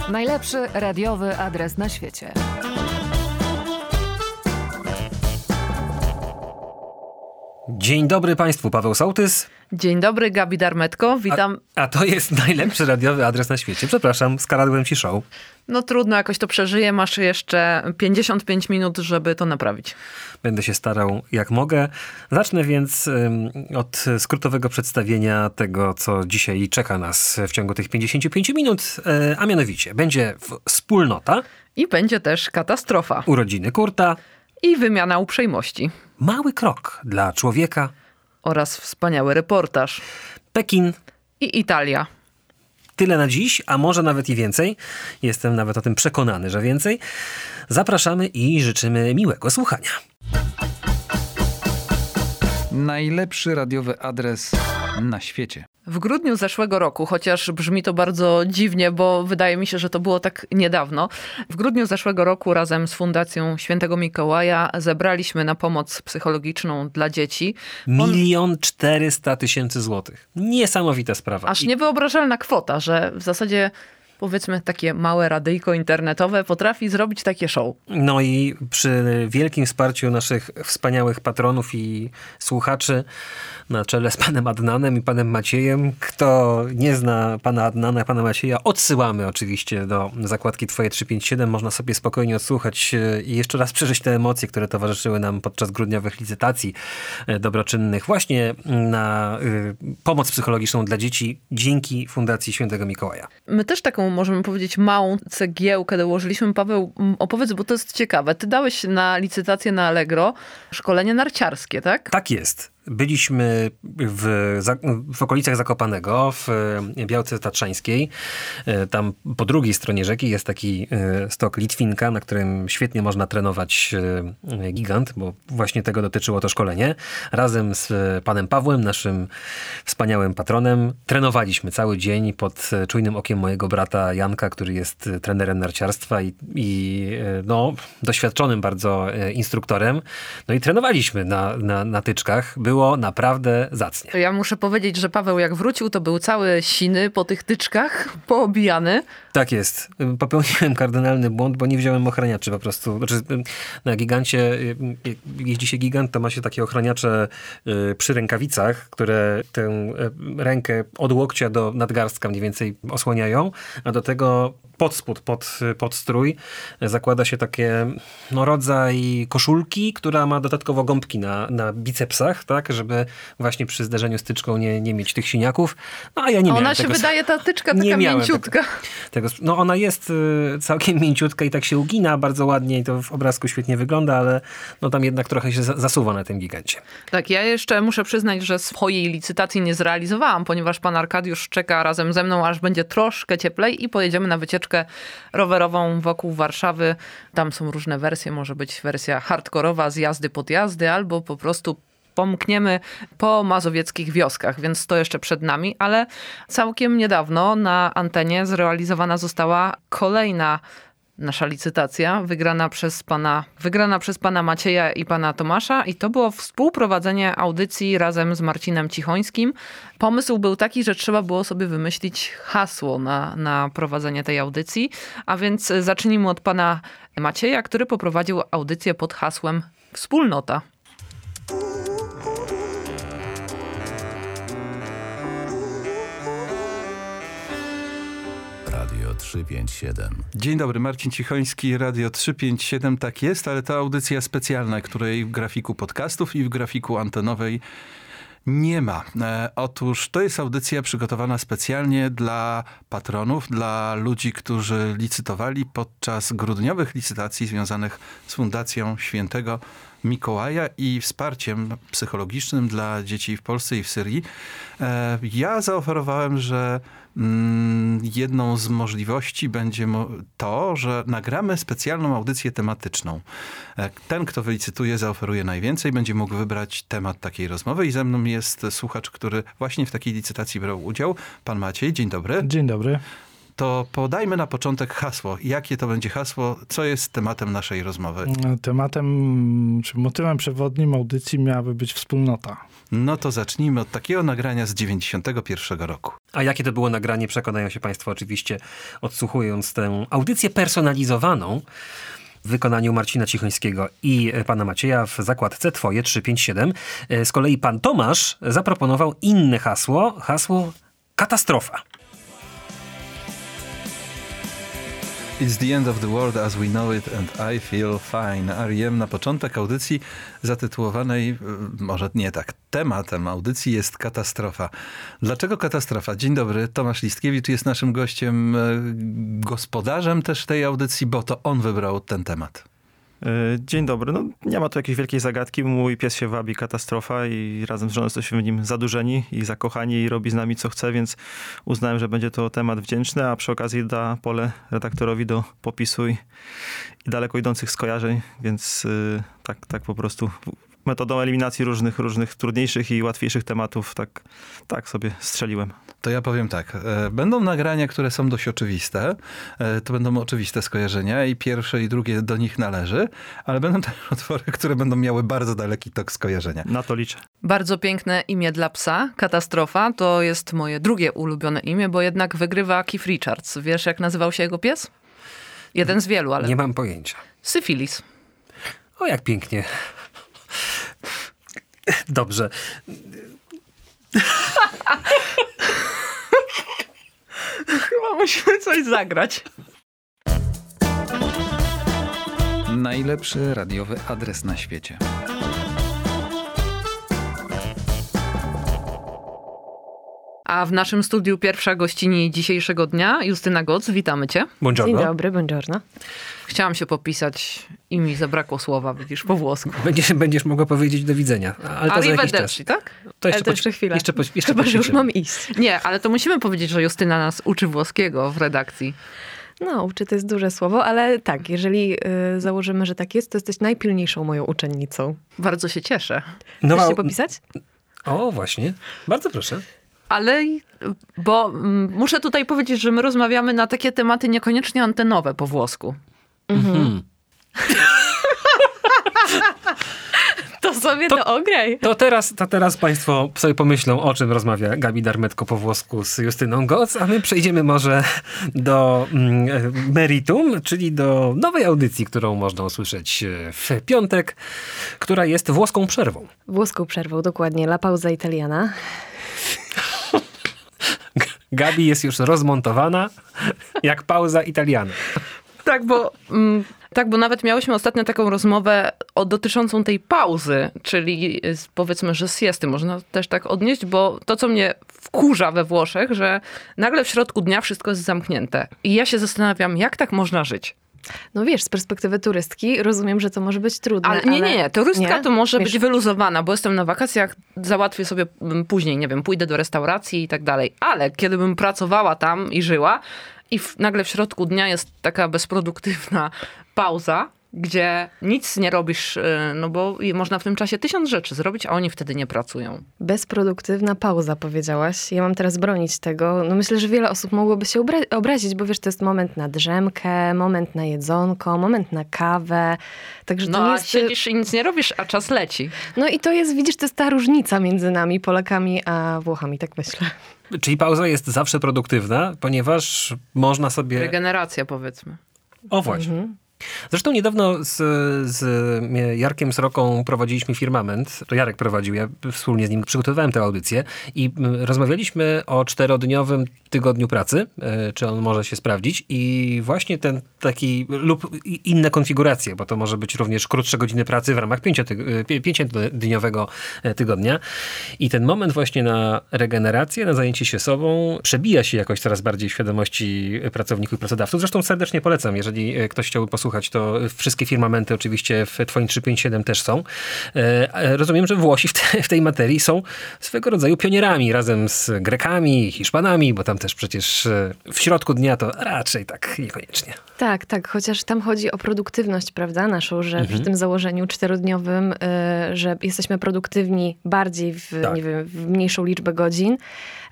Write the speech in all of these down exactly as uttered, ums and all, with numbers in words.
Najlepszy radiowy adres na świecie. Dzień dobry Państwu, Paweł Sołtys. Dzień dobry, Gabi Darmetko, witam. A, a to jest najlepszy radiowy adres na świecie. Przepraszam, skaradłem ci show. No trudno, jakoś to przeżyję. Masz jeszcze pięćdziesiąt pięć minut, żeby to naprawić. Będę się starał jak mogę. Zacznę więc um, od skrótowego przedstawienia tego, co dzisiaj czeka nas w ciągu tych pięćdziesięciu pięciu minut. E, a mianowicie, będzie wspólnota. I będzie też katastrofa. Urodziny Kurta. I wymiana uprzejmości. Mały krok dla człowieka. Oraz wspaniały reportaż. Pekin. I Italia. Tyle na dziś, a może nawet i więcej. Jestem nawet o tym przekonany, że więcej. Zapraszamy i życzymy miłego słuchania. Najlepszy radiowy adres na świecie. W grudniu zeszłego roku, chociaż brzmi to bardzo dziwnie, bo wydaje mi się, że to było tak niedawno. W grudniu zeszłego roku razem z Fundacją Świętego Mikołaja zebraliśmy na pomoc psychologiczną dla dzieci. Milion czterysta tysięcy złotych. Niesamowita sprawa. Aż niewyobrażalna kwota, że w zasadzie powiedzmy takie małe radyjko internetowe potrafi zrobić takie show. No i przy wielkim wsparciu naszych wspaniałych patronów i słuchaczy na czele z panem Adnanem i panem Maciejem. Kto nie zna pana Adnana, pana Macieja, odsyłamy oczywiście do zakładki Twoje trzysta pięćdziesiąt siedem. Można sobie spokojnie odsłuchać i jeszcze raz przeżyć te emocje, które towarzyszyły nam podczas grudniowych licytacji dobroczynnych właśnie na y, pomoc psychologiczną dla dzieci dzięki Fundacji Świętego Mikołaja. My też taką, możemy powiedzieć, małą cegiełkę dołożyliśmy. Paweł, opowiedz, bo to jest ciekawe. Ty dałeś na licytację na Allegro szkolenie narciarskie, tak? Tak jest. Byliśmy w, w okolicach Zakopanego, w Białce Tatrzańskiej. Tam po drugiej stronie rzeki jest taki stok Litwinka, na którym świetnie można trenować gigant, bo właśnie tego dotyczyło to szkolenie. Razem z panem Pawłem, naszym wspaniałym patronem, trenowaliśmy cały dzień pod czujnym okiem mojego brata Janka, który jest trenerem narciarstwa i, i no, doświadczonym bardzo instruktorem. No i trenowaliśmy na, na, na tyczkach. Był Było naprawdę zacnie. To ja muszę powiedzieć, że Paweł jak wrócił, to był cały siny po tych tyczkach, poobijany. Tak jest. Popełniłem kardynalny błąd, bo nie wziąłem ochraniaczy po prostu. Znaczy, na gigancie, jeździ się gigant, to ma się takie ochraniacze przy rękawicach, które tę rękę od łokcia do nadgarstka mniej więcej osłaniają, a do tego pod spód, pod, pod strój zakłada się takie no, rodzaj koszulki, która ma dodatkowo gąbki na, na bicepsach, tak, żeby właśnie przy zderzeniu z tyczką nie, nie mieć tych siniaków. No a ja nie a miałem ona tego. się wydaje, ta tyczka taka mięciutka. Tego, tego, no ona jest y, całkiem mięciutka i tak się ugina bardzo ładnie i to w obrazku świetnie wygląda, ale no tam jednak trochę się za, zasuwa na tym gigancie. Tak, ja jeszcze muszę przyznać, że swojej licytacji nie zrealizowałam, ponieważ pan Arkadiusz czeka razem ze mną, aż będzie troszkę cieplej i pojedziemy na wycieczkę rowerową wokół Warszawy. Tam są różne wersje, może być wersja hardkorowa z jazdy pod jazdy, albo po prostu pomkniemy po mazowieckich wioskach, więc to jeszcze przed nami, ale całkiem niedawno na antenie zrealizowana została kolejna nasza licytacja, wygrana przez pana, wygrana przez pana Macieja i pana Tomasza i to było współprowadzenie audycji razem z Marcinem Cichońskim. Pomysł był taki, że trzeba było sobie wymyślić hasło na, na prowadzenie tej audycji, a więc zacznijmy od pana Macieja, który poprowadził audycję pod hasłem Wspólnota. trzysta pięćdziesiąt siedem. Dzień dobry, Marcin Cichoński, Radio trzysta pięćdziesiąt siedem, tak jest, ale to audycja specjalna, której w grafiku podcastów i w grafiku antenowej nie ma. E, otóż to jest audycja przygotowana specjalnie dla patronów, dla ludzi, którzy licytowali podczas grudniowych licytacji związanych z Fundacją Świętego Mikołaja i wsparciem psychologicznym dla dzieci w Polsce i w Syrii. E, ja zaoferowałem, że mm, jedną z możliwości będzie mo- to, że nagramy specjalną audycję tematyczną. E, ten, kto wylicytuje, zaoferuje najwięcej, będzie mógł wybrać temat takiej rozmowy i ze mną jest słuchacz, który właśnie w takiej licytacji brał udział. Pan Maciej, dzień dobry. Dzień dobry. to podajmy na początek hasło. Jakie to będzie hasło? Co jest tematem naszej rozmowy? Tematem, czy motywem przewodnim audycji miałaby być wspólnota. No to zacznijmy od takiego nagrania z dziewięćdziesiątego pierwszego roku. A jakie to było nagranie, przekonają się Państwo oczywiście, odsłuchując tę audycję personalizowaną w wykonaniu Marcina Cichońskiego i pana Macieja w zakładce Twoje trzysta pięćdziesiąt siedem. Z kolei pan Tomasz zaproponował inne hasło, hasło katastrofa. It's the end of the world as we know it and I feel fine. R E M na początek audycji zatytułowanej, może nie tak, tematem audycji jest katastrofa. Dlaczego katastrofa? Dzień dobry, Tomasz Listkiewicz jest naszym gościem, gospodarzem też tej audycji, bo to on wybrał ten temat. Dzień dobry. No, nie ma tu jakiejś wielkiej zagadki. Mój pies się wabi katastrofa i razem z żoną jesteśmy w nim zadurzeni i zakochani i robi z nami co chce, więc uznałem, że będzie to temat wdzięczny, a przy okazji da pole redaktorowi do popisu i, i daleko idących skojarzeń, więc yy, tak, tak po prostu metodą eliminacji różnych, różnych trudniejszych i łatwiejszych tematów tak, tak sobie strzeliłem. To ja powiem tak, będą nagrania, które są dość oczywiste, to będą oczywiste skojarzenia i pierwsze i drugie do nich należy, ale będą też utwory, które będą miały bardzo daleki tok skojarzenia. Na to liczę. Bardzo piękne imię dla psa, Katastrofa, to jest moje drugie ulubione imię, bo jednak wygrywa Keith Richards. Wiesz, jak nazywał się jego pies? Jeden z wielu, ale... Nie mam pojęcia. Syfilis. O, jak pięknie. Dobrze. Chyba musimy coś zagrać. Najlepszy radiowy adres na świecie. A w naszym studiu pierwsza gościni dzisiejszego dnia, Justyna Goc, witamy cię. Buongiorno. Dzień dobry, buongiorno. Chciałam się popisać i mi zabrakło słowa, widzisz, po włosku. Będziesz, będziesz mogła powiedzieć do widzenia, ale to za jakiś czas. Arrivederci, tak? To Ale to jeszcze poć- chwilę. Jeszcze, poć- jeszcze Chyba, że już poćwiczymy. mam iść. Nie, ale to musimy powiedzieć, że Justyna nas uczy włoskiego w redakcji. No, uczy to jest duże słowo, ale tak, jeżeli y, założymy, że tak jest, to jesteś najpilniejszą moją uczennicą. Bardzo się cieszę. No, Chcesz a- się popisać? O, właśnie. Bardzo proszę. Ale, bo mm, muszę tutaj powiedzieć, że my rozmawiamy na takie tematy niekoniecznie antenowe po włosku. Mhm. To sobie to, ograj. To teraz, to teraz Państwo sobie pomyślą, o czym rozmawia Gabi Darmetko po włosku z Justyną Goc, a my przejdziemy może do mm, meritum, czyli do nowej audycji, którą można usłyszeć w piątek, która jest włoską przerwą. Włoską przerwą, dokładnie. La pauza italiana. Gabi jest już rozmontowana, jak pauza italiana. Tak, bo... Mm, Tak, bo nawet miałyśmy ostatnio taką rozmowę o, dotyczącą tej pauzy, czyli powiedzmy, że siesty można też tak odnieść, bo to, co mnie wkurza we Włoszech, że nagle w środku dnia wszystko jest zamknięte. I ja się zastanawiam, jak tak można żyć? No wiesz, z perspektywy turystki rozumiem, że to może być trudne. Ale nie, nie, nie. Turystka nie? to może Wiesz, być wyluzowana, bo jestem na wakacjach, załatwię sobie później, nie wiem, pójdę do restauracji i tak dalej. Ale kiedy bym pracowała tam i żyła i w, nagle w środku dnia jest taka bezproduktywna pauza, gdzie nic nie robisz, no bo można w tym czasie tysiąc rzeczy zrobić, a oni wtedy nie pracują. Bezproduktywna pauza, powiedziałaś. Ja mam teraz bronić tego. No myślę, że wiele osób mogłoby się obra- obrazić, bo wiesz, to jest moment na drzemkę, moment na jedzonko, moment na kawę. Także to No nie a jest... siedzisz i nic nie robisz, a czas leci. No i to jest, widzisz, to jest ta różnica między nami, Polakami, a Włochami, tak myślę. Czyli pauza jest zawsze produktywna, ponieważ można sobie... Regeneracja, powiedzmy. O właśnie. Mhm. Zresztą niedawno z, z Jarkiem Sroką prowadziliśmy Firmament. To Jarek prowadził, ja wspólnie z nim przygotowywałem tę audycję i rozmawialiśmy o czterodniowym tygodniu pracy, czy on może się sprawdzić i właśnie ten taki lub inne konfiguracje, bo to może być również krótsze godziny pracy w ramach pięciodniowego tygodnia i ten moment właśnie na regenerację, na zajęcie się sobą przebija się jakoś coraz bardziej w świadomości pracowników i pracodawców. Zresztą serdecznie polecam, jeżeli ktoś chciałby posłuchać, to wszystkie firmamenty oczywiście w Twoim trzysta pięćdziesiąt siedem też są. Rozumiem, że Włosi w, te, w tej materii są swego rodzaju pionierami razem z Grekami, Hiszpanami, bo tam też przecież w środku dnia to raczej tak niekoniecznie. Tak, tak, chociaż tam chodzi o produktywność, prawda, naszą, że Mhm. przy tym założeniu czterodniowym, y, że jesteśmy produktywni bardziej w, Tak. nie wiem, w mniejszą liczbę godzin,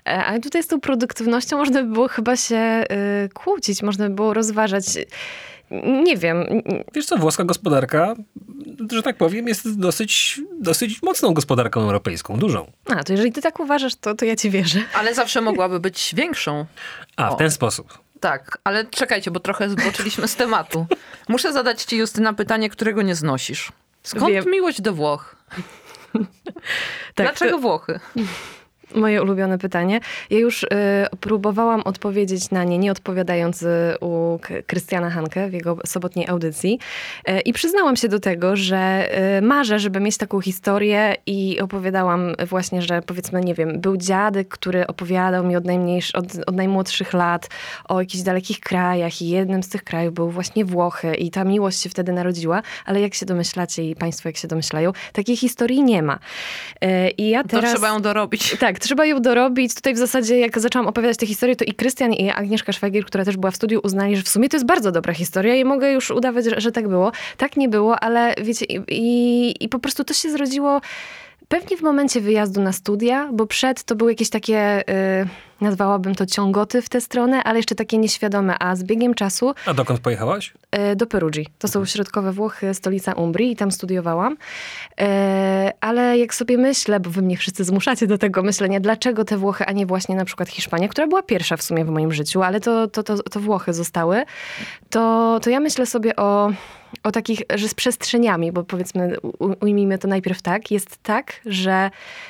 E, Ale tutaj z tą produktywnością można by było chyba się y, kłócić, można by było rozważać. Nie wiem. Wiesz co, włoska gospodarka, że tak powiem, jest dosyć, dosyć mocną gospodarką europejską, dużą. A, to jeżeli ty tak uważasz, to, to ja ci wierzę. Ale zawsze mogłaby być większą. A, O. w ten sposób. Tak, ale czekajcie, bo trochę zboczyliśmy z tematu. Muszę zadać ci, Justyna, pytanie, którego nie znosisz. Skąd Wiem. miłość do Włoch? Tak, Dlaczego to- Włochy? Moje ulubione pytanie. Ja już y, próbowałam odpowiedzieć na nie, nie odpowiadając y, u K- Krystiana Hanke w jego sobotniej audycji. Y, I przyznałam się do tego, że y, marzę, żeby mieć taką historię i opowiadałam właśnie, że powiedzmy, nie wiem, był dziadek, który opowiadał mi od, najmniejsz, od, od najmłodszych lat o jakichś dalekich krajach i jednym z tych krajów był właśnie Włochy i ta miłość się wtedy narodziła, ale jak się domyślacie i państwo jak się domyślają, takiej historii nie ma. Y, I ja teraz... To trzeba ją dorobić. Tak, trzeba ją dorobić. Tutaj w zasadzie, jak zaczęłam opowiadać tę historię, to i Krystian, i Agnieszka Szwagier, która też była w studiu, uznali, że w sumie to jest bardzo dobra historia i mogę już udawać, że, że tak było. Tak nie było, ale wiecie, i, i, i po prostu to się zrodziło pewnie w momencie wyjazdu na studia, bo przed to były jakieś takie, y, nazwałabym to ciągoty w tę stronę, ale jeszcze takie nieświadome, a z biegiem czasu A dokąd pojechałaś? y, do Perugii. To są środkowe Włochy, stolica Umbrii i tam studiowałam. Y, ale jak sobie myślę, bo wy mnie wszyscy zmuszacie do tego myślenia, dlaczego te Włochy, a nie właśnie na przykład Hiszpania, która była pierwsza w sumie w moim życiu, ale to, to, to, to Włochy zostały, to, to ja myślę sobie o o takich, że z przestrzeniami, bo powiedzmy, u- ujmijmy to najpierw tak, jest tak, że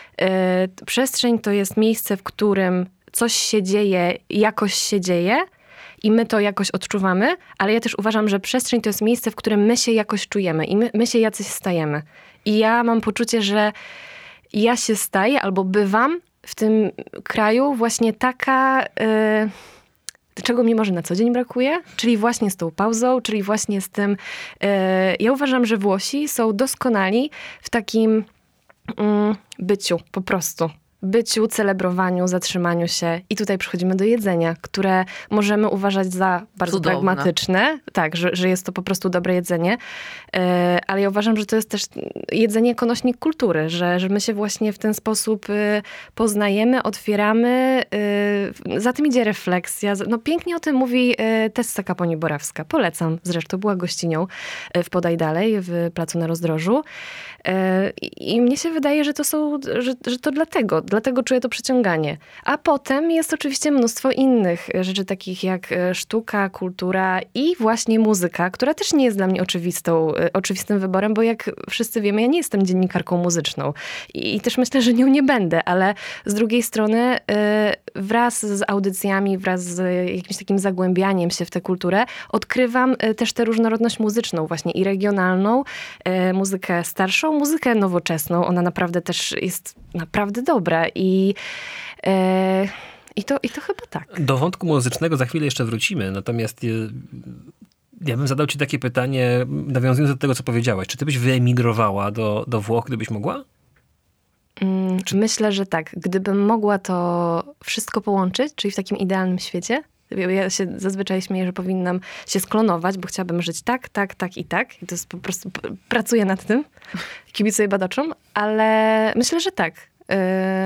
y, przestrzeń to jest miejsce, w którym coś się dzieje, jakoś się dzieje i my to jakoś odczuwamy, ale ja też uważam, że przestrzeń to jest miejsce, w którym my się jakoś czujemy i my, my się jacyś stajemy. I ja mam poczucie, że ja się staję albo bywam w tym kraju właśnie taka... Y, czego mi może na co dzień brakuje, czyli właśnie z tą pauzą, czyli właśnie z tym... E, ja uważam, że Włosi są doskonali w takim mm, byciu, po prostu. Byciu, celebrowaniu, zatrzymaniu się. I tutaj przechodzimy do jedzenia, które możemy uważać za bardzo Cudowne. pragmatyczne. Tak, że, że jest to po prostu dobre jedzenie. E, ale ja uważam, że to jest też jedzenie jako nośnik kultury, że, że my się właśnie w ten sposób y, poznajemy, otwieramy. Y, za tym idzie refleksja. No pięknie o tym mówi y, Tessa Kaponi-Borawska. Polecam. Zresztą była gościnią y, w Podaj Dalej w Placu na Rozdrożu. Y, I mnie się wydaje, że to są, że, że to dlatego, dlatego czuję to przyciąganie. A potem jest oczywiście mnóstwo innych rzeczy, takich jak e, sztuka, kultura i właśnie muzyka, która też nie jest dla mnie oczywistą, e, oczywistym wyborem, bo jak wszyscy wiemy, ja nie jestem dziennikarką muzyczną i, i też myślę, że nią nie będę, ale z drugiej strony e, wraz z audycjami, wraz z jakimś takim zagłębianiem się w tę kulturę, odkrywam e, też tę różnorodność muzyczną właśnie i regionalną, e, muzykę starszą, muzykę nowoczesną. Ona naprawdę też jest naprawdę dobra i, e, i, to, i to chyba tak. Do wątku muzycznego za chwilę jeszcze wrócimy, natomiast e, ja bym zadał ci takie pytanie, nawiązując do tego, co powiedziałaś. Czy ty byś wyemigrowała do, do Włoch, gdybyś mogła? Mm, Myślę, że tak. Gdybym mogła to wszystko połączyć, czyli w takim idealnym świecie, ja się zazwyczaj śmieję, że powinnam się sklonować, bo chciałabym żyć tak, tak, tak i tak. I to jest po prostu, p- pracuję nad tym, kibicuję badaczom, ale myślę, że tak. Yy,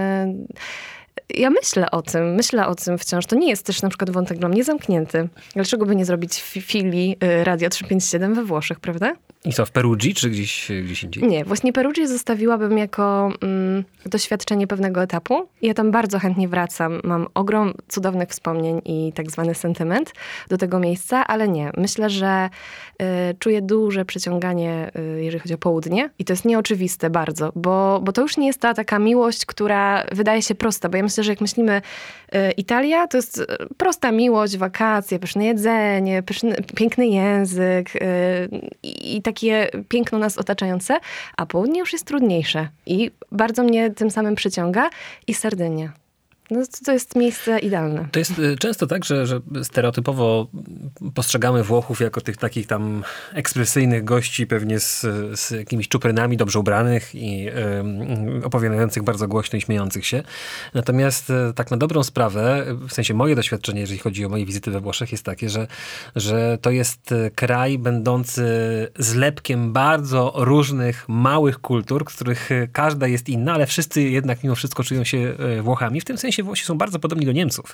ja myślę o tym, myślę o tym wciąż. To nie jest też na przykład wątek dla mnie zamknięty. Dlaczego by nie zrobić fi- filii y, Radio trzysta pięćdziesiąt siedem we Włoszech, prawda? I co, w Perugii, czy gdzieś, gdzieś indziej? Nie, właśnie Perugię zostawiłabym jako mm, doświadczenie pewnego etapu. Ja tam bardzo chętnie wracam. Mam ogrom cudownych wspomnień i tak zwany sentyment do tego miejsca, ale nie. Myślę, że y, czuję duże przyciąganie, y, jeżeli chodzi o południe. I to jest nieoczywiste bardzo, bo, bo to już nie jest ta taka miłość, która wydaje się prosta. Bo ja myślę, że jak myślimy y, Italia, to jest prosta miłość, wakacje, pyszne jedzenie, pyszny, piękny język y, i takie piękno nas otaczające, a południe już jest trudniejsze i bardzo mnie tym samym przyciąga i Sardynia. No, to jest miejsce idealne. To jest y, często tak, że, że stereotypowo postrzegamy Włochów jako tych takich tam ekspresyjnych gości, pewnie z, z jakimiś czuprynami, dobrze ubranych i y, opowiadających bardzo głośno i śmiejących się. Natomiast y, tak na dobrą sprawę, w sensie moje doświadczenie, jeżeli chodzi o moje wizyty we Włoszech, jest takie, że, że to jest kraj będący zlepkiem bardzo różnych małych kultur, z których każda jest inna, ale wszyscy jednak mimo wszystko czują się Włochami. W tym sensie sensie Włosi są bardzo podobni do Niemców.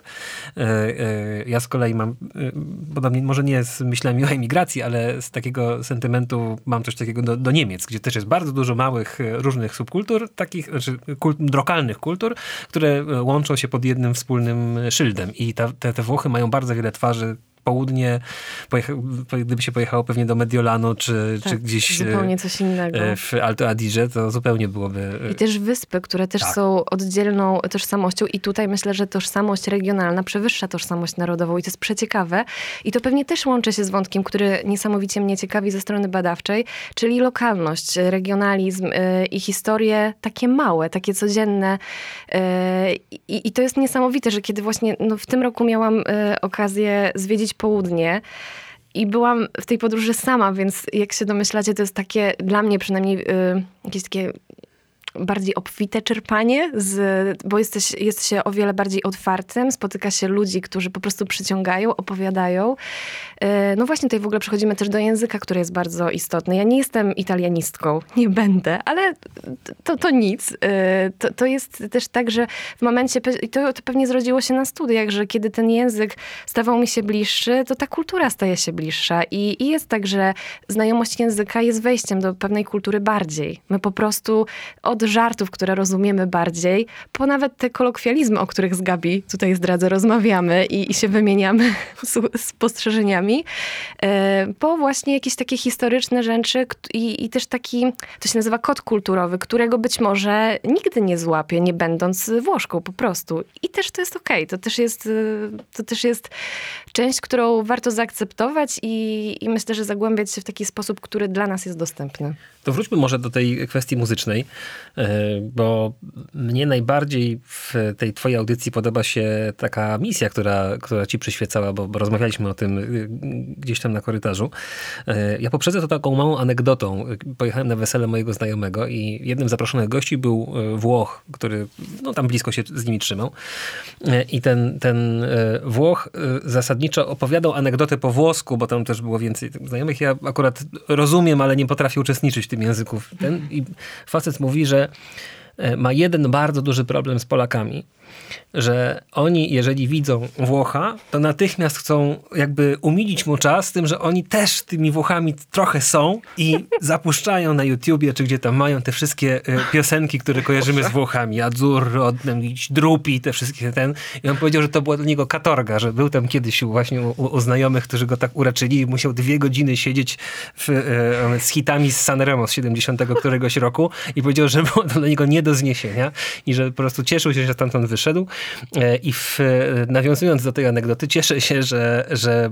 Ja z kolei mam, podobnie, może nie z myślami o emigracji, ale z takiego sentymentu mam coś takiego do, do Niemiec, gdzie też jest bardzo dużo małych, różnych subkultur, takich, znaczy kult, lokalnych kultur, które łączą się pod jednym wspólnym szyldem. I ta, te, te Włochy mają bardzo wiele twarzy. Południe, pojecha, gdyby się pojechało pewnie do Mediolanu, czy, tak, czy gdzieś zupełnie coś innego. w Alto Adige, to zupełnie byłoby... I też wyspy, które też tak. są oddzielną tożsamością i tutaj myślę, że tożsamość regionalna przewyższa tożsamość narodową i to jest przeciekawe. I to pewnie też łączy się z wątkiem, który niesamowicie mnie ciekawi ze strony badawczej, czyli lokalność, regionalizm yy, i historie takie małe, takie codzienne. Yy, i, I to jest niesamowite, że kiedy właśnie no, w tym roku miałam yy, okazję zwiedzić południe i byłam w tej podróży sama, więc jak się domyślacie, to jest takie, dla mnie przynajmniej yy, jakieś takie bardziej obfite czerpanie, z, bo jesteś, jest się o wiele bardziej otwartym, spotyka się ludzi, którzy po prostu przyciągają, opowiadają. No właśnie tutaj w ogóle przechodzimy też do języka, który jest bardzo istotny. Ja nie jestem italianistką, nie będę, ale to, to nic. To, to jest też tak, że w momencie, i to, to pewnie zrodziło się na studiach, że kiedy ten język stawał mi się bliższy, to ta kultura staje się bliższa. I, i jest tak, że znajomość języka jest wejściem do pewnej kultury bardziej. My po prostu od żartów, które rozumiemy bardziej, po nawet te kolokwializmy, o których z Gabi tutaj zdradzę, rozmawiamy i, i się wymieniamy spostrzeżeniami, po właśnie jakieś takie historyczne rzeczy i, i też taki, to się nazywa kod kulturowy, którego być może nigdy nie złapię, nie będąc Włoszką po prostu. I też to jest okej. To też jest, to też jest część, którą warto zaakceptować i, i myślę, że zagłębiać się w taki sposób, który dla nas jest dostępny. To wróćmy może do tej kwestii muzycznej, bo mnie najbardziej w tej twojej audycji podoba się taka misja, która, która ci przyświecała, bo, bo rozmawialiśmy o tym gdzieś tam na korytarzu. Ja poprzedzę to taką małą anegdotą. Pojechałem na wesele mojego znajomego i jednym z zaproszonych gości był Włoch, który no, tam blisko się z nimi trzymał. I ten, ten Włoch zasadniczo opowiadał anegdotę po włosku, bo tam też było więcej znajomych. Ja akurat rozumiem, ale nie potrafię uczestniczyć w tym języku. Ten, i facet mówi, że ma jeden bardzo duży problem z Polakami, że oni, jeżeli widzą Włocha, to natychmiast chcą jakby umilić mu czas tym, że oni też tymi Włochami trochę są i zapuszczają na YouTubie, czy gdzie tam mają te wszystkie piosenki, które kojarzymy z Włochami. Azzurro, Drupi, te wszystkie ten. I on powiedział, że to była dla niego katorga, że był tam kiedyś właśnie u, u znajomych, którzy go tak uraczyli i musiał dwie godziny siedzieć w, e, z hitami z Sanremo z siedemdziesiątego któregoś roku i powiedział, że było to dla niego nie do zniesienia i że po prostu cieszył się, że stamtąd wyszedł. I w, nawiązując do tej anegdoty, cieszę się, że, że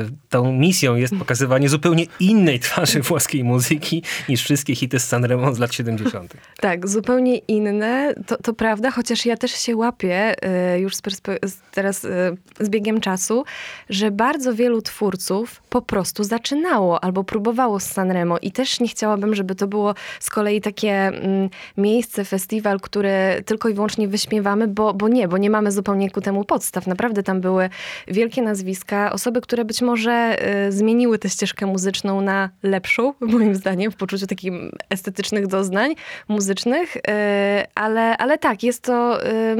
tą misją jest pokazywanie zupełnie innej twarzy włoskiej muzyki niż wszystkie hity z Sanremo z lat siedemdziesiątych. Tak, zupełnie inne, to, to prawda, chociaż ja też się łapię już z perspe- teraz z biegiem czasu, że bardzo wielu twórców po prostu zaczynało albo próbowało z Sanremo i też nie chciałabym, żeby to było z kolei takie mm, miejsce, festiwal, który tylko i wyłącznie wyśmiewamy, bo, bo nie, bo nie mamy zupełnie ku temu podstaw. Naprawdę tam były wielkie nazwiska, osoby, które być może y, zmieniły tę ścieżkę muzyczną na lepszą, moim zdaniem, w poczuciu takich estetycznych doznań muzycznych, y, ale, ale tak, jest to... Y,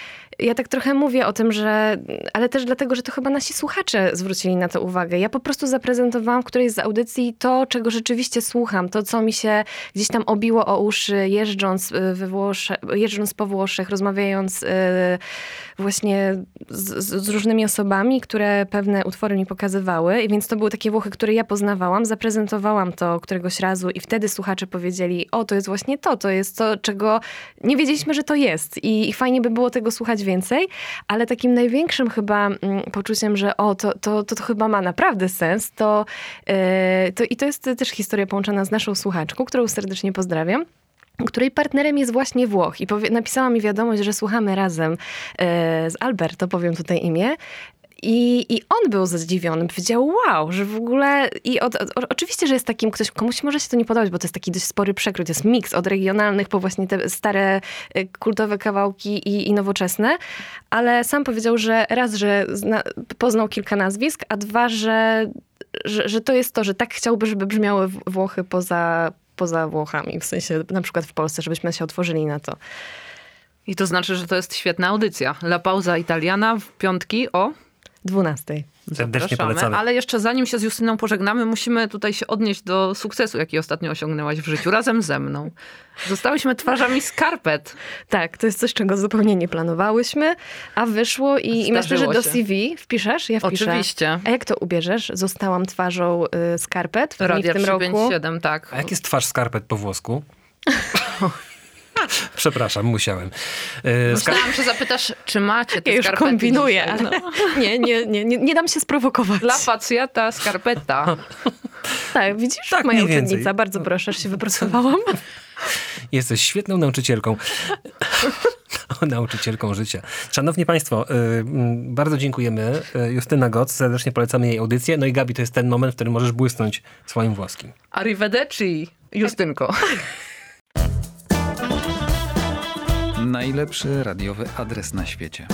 Ja tak trochę mówię o tym, że, ale też dlatego, że to chyba nasi słuchacze zwrócili na to uwagę. Ja po prostu zaprezentowałam w którejś z audycji to, czego rzeczywiście słucham, to, co mi się gdzieś tam obiło o uszy, jeżdżąc, we Włosze, jeżdżąc po Włoszech, rozmawiając yy, właśnie z, z różnymi osobami, które pewne utwory mi pokazywały. I więc to były takie Włochy, które ja poznawałam, zaprezentowałam to któregoś razu i wtedy słuchacze powiedzieli, o, to jest właśnie to, to jest to, czego nie wiedzieliśmy, że to jest. I, i fajnie by było tego słuchać więcej, ale takim największym chyba mm, poczuciem, że o, to, to, to, to chyba ma naprawdę sens, to, yy, to i to jest też historia połączona z naszą słuchaczką, którą serdecznie pozdrawiam, której partnerem jest właśnie Włoch. I powie, napisała mi wiadomość, że słuchamy razem yy, z Alberto, powiem tutaj imię. I, I on był zdziwiony, powiedział wow, że w ogóle i od, od, oczywiście, że jest takim ktoś, komuś może się to nie podobać, bo to jest taki dość spory przekrój, to jest miks od regionalnych po właśnie te stare kultowe kawałki i, i nowoczesne, ale sam powiedział, że raz, że zna, poznał kilka nazwisk, a dwa, że, że, że to jest to, że tak chciałby, żeby brzmiały Włochy poza, poza Włochami, w sensie na przykład w Polsce, żebyśmy się otworzyli na to. I to znaczy, że to jest świetna audycja. La Pauza Italiana w piątki o dwunastej. Serdecznie Zapraszamy. polecamy. Ale jeszcze zanim się z Justyną pożegnamy, musimy tutaj się odnieść do sukcesu, jaki ostatnio osiągnęłaś w życiu, razem ze mną. Zostałyśmy twarzami skarpet. Tak, to jest coś, czego zupełnie nie planowałyśmy, a wyszło i, i myślę, że do się. C V wpiszesz? Ja wpiszę. Oczywiście. A jak to ubierzesz? Zostałam twarzą y, skarpet w, Radia w tym trzysta pięćdziesiąt roku. siedem, tak. A jak jest twarz skarpet po włosku? Przepraszam, musiałem. E, Skar- Myślałam, że zapytasz, czy macie te Ja już skarpety kombinuję, dzisiaj. ale nie, nie, nie, nie, nie dam się sprowokować. Dla facjata skarpeta. Tak, widzisz? Tak, Moja mniej więcej. uczennica, bardzo proszę, aż się wypracowałam. Jesteś świetną nauczycielką. Nauczycielką życia. Szanowni Państwo, y, y, bardzo dziękujemy. Y, Justyna Goc, serdecznie polecamy jej audycję. No i Gabi, to jest ten moment, w którym możesz błysnąć swoim włoskim. Arrivederci, Justynko. Najlepszy radiowy adres na świecie.